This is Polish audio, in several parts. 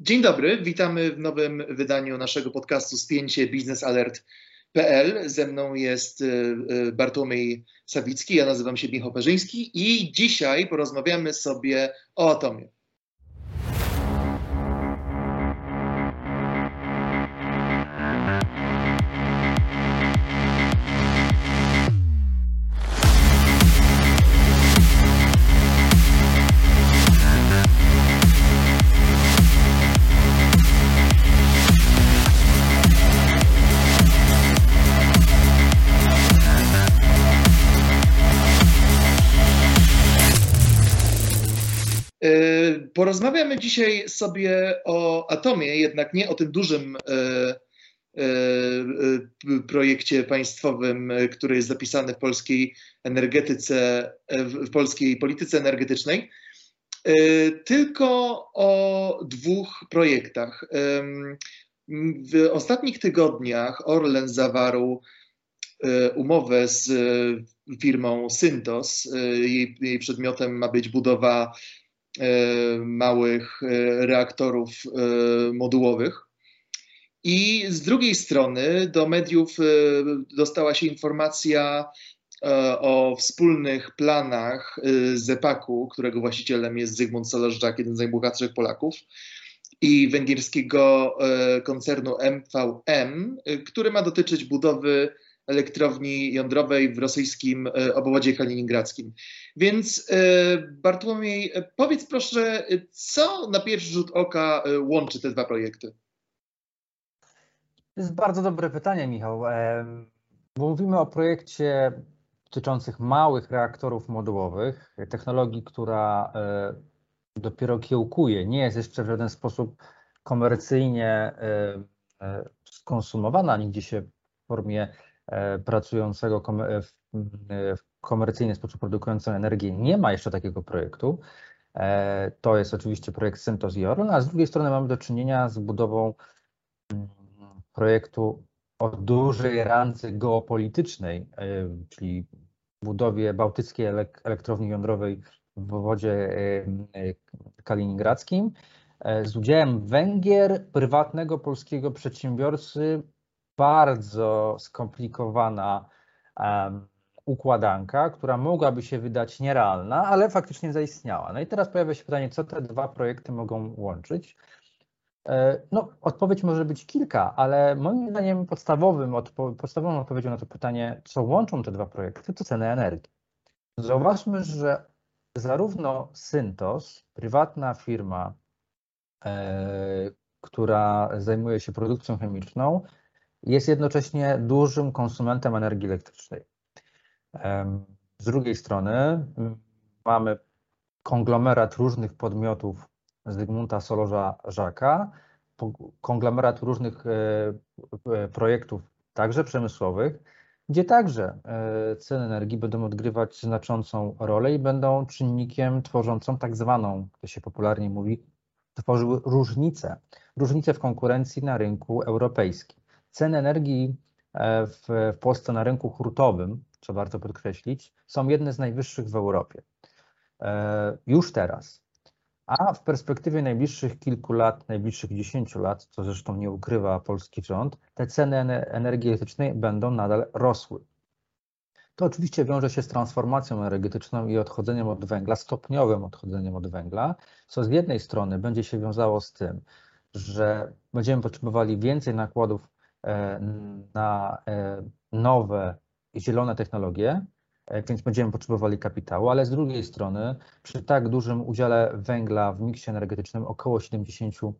Dzień dobry, witamy w nowym wydaniu naszego podcastu Spięcie biznesalert.pl. Ze mną jest Bartłomiej Sawicki, ja nazywam się Michał Perzyński i dzisiaj porozmawiamy sobie o atomie. Porozmawiamy dzisiaj sobie o atomie, jednak nie o tym dużym projekcie państwowym, który jest zapisany w polskiej energetyce, w polskiej polityce energetycznej, tylko o dwóch projektach. W ostatnich tygodniach Orlen zawarł umowę z firmą Synthos. Jej przedmiotem ma być budowa małych reaktorów modułowych. I z drugiej strony do mediów dostała się informacja o wspólnych planach ZE-PAK-u, którego właścicielem jest Zygmunt Solorz-Żak, jeden z najbogatszych Polaków, i węgierskiego koncernu MVM, który ma dotyczyć budowy elektrowni jądrowej w rosyjskim obwodzie kaliningradzkim. Więc Bartłomiej, powiedz proszę, co na pierwszy rzut oka łączy te dwa projekty? To jest bardzo dobre pytanie, Michał, bo mówimy o projekcie dotyczących małych reaktorów modułowych, technologii, która dopiero kiełkuje, nie jest jeszcze w żaden sposób komercyjnie skonsumowana, nigdzie się w formie pracującego w komercyjny sposób produkującego energię nie ma jeszcze takiego projektu. To jest oczywiście projekt Synthos i Orlen, a z drugiej strony mamy do czynienia z budową projektu o dużej randze geopolitycznej, czyli budowie bałtyckiej elektrowni jądrowej w obwodzie kaliningradzkim z udziałem Węgier, prywatnego polskiego przedsiębiorcy. Bardzo skomplikowana układanka, która mogłaby się wydać nierealna, ale faktycznie zaistniała. No i teraz pojawia się pytanie, co te dwa projekty mogą łączyć? No, odpowiedź może być kilka, ale moim zdaniem podstawową odpowiedzią na to pytanie, co łączą te dwa projekty, to ceny energii. Zauważmy, że zarówno Synthos, prywatna firma, która zajmuje się produkcją chemiczną, jest jednocześnie dużym konsumentem energii elektrycznej. Z drugiej strony mamy konglomerat różnych podmiotów Zygmunta Solorza-Żaka, konglomerat różnych projektów, także przemysłowych, gdzie także ceny energii będą odgrywać znaczącą rolę i będą czynnikiem tworzącym tak zwaną, to się popularnie mówi, tworzyły różnice w konkurencji na rynku europejskim. Ceny energii w Polsce na rynku hurtowym, co warto podkreślić, są jedne z najwyższych w Europie. Już teraz. A w perspektywie najbliższych kilku lat, najbliższych 10 lat, co zresztą nie ukrywa polski rząd, te ceny energii elektrycznej będą nadal rosły. To oczywiście wiąże się z transformacją energetyczną i odchodzeniem od węgla, stopniowym odchodzeniem od węgla, co z jednej strony będzie się wiązało z tym, że będziemy potrzebowali więcej nakładów na nowe zielone technologie, więc będziemy potrzebowali kapitału, ale z drugiej strony przy tak dużym udziale węgla w miksie energetycznym, około 70%,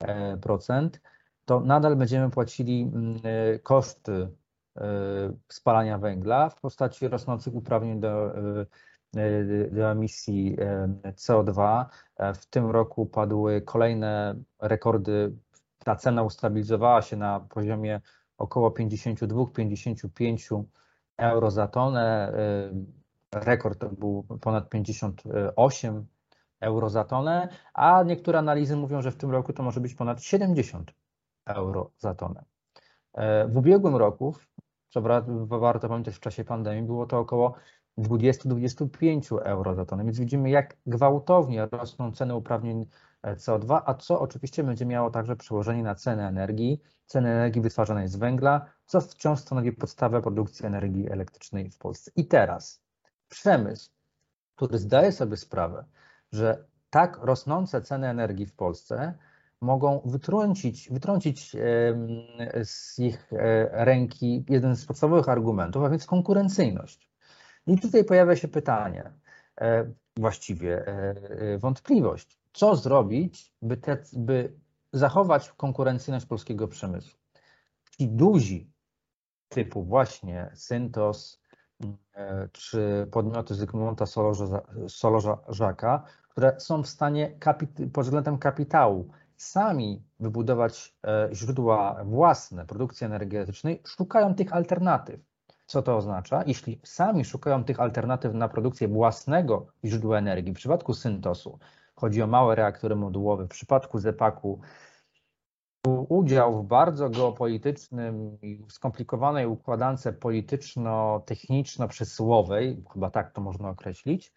to nadal będziemy płacili koszty spalania węgla w postaci rosnących uprawnień do emisji CO2. W tym roku padły kolejne rekordy. Ta cena ustabilizowała się na poziomie około 52-55 euro za tonę. Rekord to był ponad 58 euro za tonę, a niektóre analizy mówią, że w tym roku to może być ponad 70 euro za tonę. W ubiegłym roku, co warto pamiętać w czasie pandemii, było to około 20-25 euro za tonę, więc widzimy, jak gwałtownie rosną ceny uprawnień CO2, a co oczywiście będzie miało także przełożenie na ceny energii wytwarzanej z węgla, co wciąż stanowi podstawę produkcji energii elektrycznej w Polsce. I teraz przemysł, który zdaje sobie sprawę, że tak rosnące ceny energii w Polsce mogą wytrącić z ich ręki jeden z podstawowych argumentów, a więc konkurencyjność. I tutaj pojawia się pytanie, właściwie wątpliwość, co zrobić, by zachować konkurencyjność polskiego przemysłu. Ci duzi, typu właśnie Synthos czy podmioty Zygmunta Solorza-Żaka, które są w stanie pod względem kapitału sami wybudować źródła własne produkcji energetycznej, szukają tych alternatyw. Co to oznacza? Jeśli sami szukają tych alternatyw na produkcję własnego źródła energii, w przypadku Synthosu chodzi o małe reaktory modułowe, w przypadku ZE-PAK-u udział w bardzo geopolitycznym i skomplikowanej układance polityczno-techniczno-przemysłowej, chyba tak to można określić,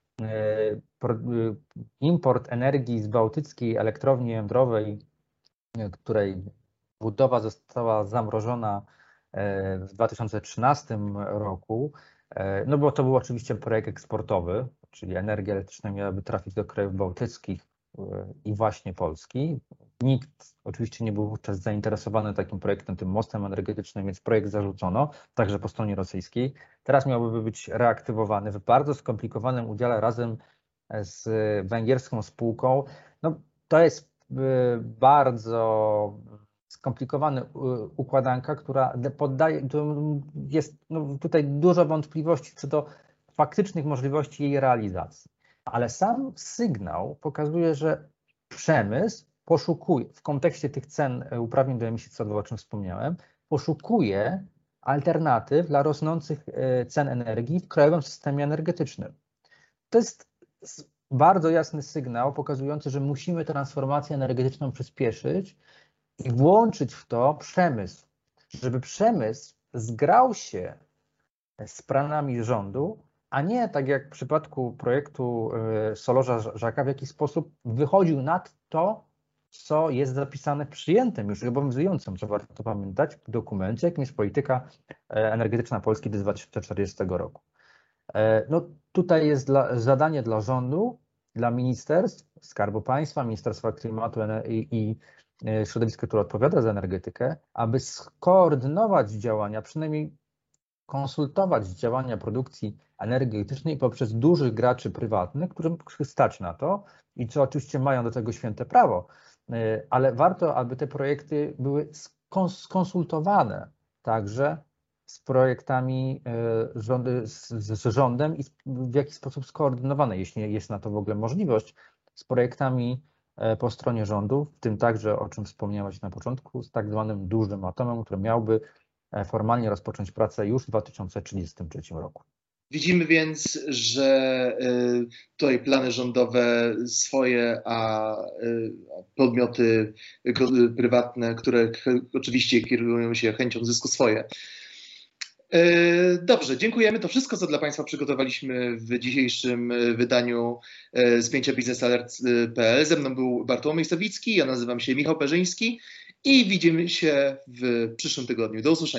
import energii z bałtyckiej elektrowni jądrowej, której budowa została zamrożona w 2013 roku, no bo to był oczywiście projekt eksportowy, czyli energia elektryczna miałaby trafić do krajów bałtyckich i właśnie Polski. Nikt oczywiście nie był wówczas zainteresowany takim projektem, tym mostem energetycznym, więc projekt zarzucono, także po stronie rosyjskiej. Teraz miałby być reaktywowany w bardzo skomplikowanym udziale razem z węgierską spółką. No, to jest bardzo skomplikowana układanka, która poddaje, jest tutaj dużo wątpliwości co do faktycznych możliwości jej realizacji. Ale sam sygnał pokazuje, że przemysł poszukuje, w kontekście tych cen uprawnień do emisji CO2, o czym wspomniałem, poszukuje alternatyw dla rosnących cen energii w krajowym systemie energetycznym. To jest bardzo jasny sygnał pokazujący, że musimy transformację energetyczną przyspieszyć i włączyć w to przemysł, żeby przemysł zgrał się z planami rządu, a nie tak jak w przypadku projektu Solorza-Żaka, w jakiś sposób wychodził nad to, co jest zapisane w przyjętym, już obowiązującym, co warto pamiętać, w dokumencie, jakim jest polityka energetyczna Polski do 2040 roku. No, tutaj jest zadanie dla rządu, dla ministerstw, Skarbu Państwa, Ministerstwa Klimatu i Środowiska, które odpowiada za energetykę, aby skoordynować działania, przynajmniej konsultować działania produkcji energii elektrycznej poprzez dużych graczy prywatnych, którym stać na to i co oczywiście mają do tego święte prawo, ale warto, aby te projekty były skonsultowane także z projektami z rządem i w jakiś sposób skoordynowane, jeśli jest na to w ogóle możliwość, z projektami po stronie rządu, w tym także, o czym wspomniałaś na początku, z tak zwanym dużym atomem, który miałby formalnie rozpocząć pracę już w 2033 roku. Widzimy więc, że tutaj plany rządowe swoje, a podmioty prywatne, które oczywiście kierują się chęcią zysku, swoje. Dobrze, dziękujemy. To wszystko, co dla Państwa przygotowaliśmy w dzisiejszym wydaniu Spięcia biznesalert.pl. Ze mną był Bartłomiej Sawicki, ja nazywam się Michał Perzyński i widzimy się w przyszłym tygodniu. Do usłyszenia.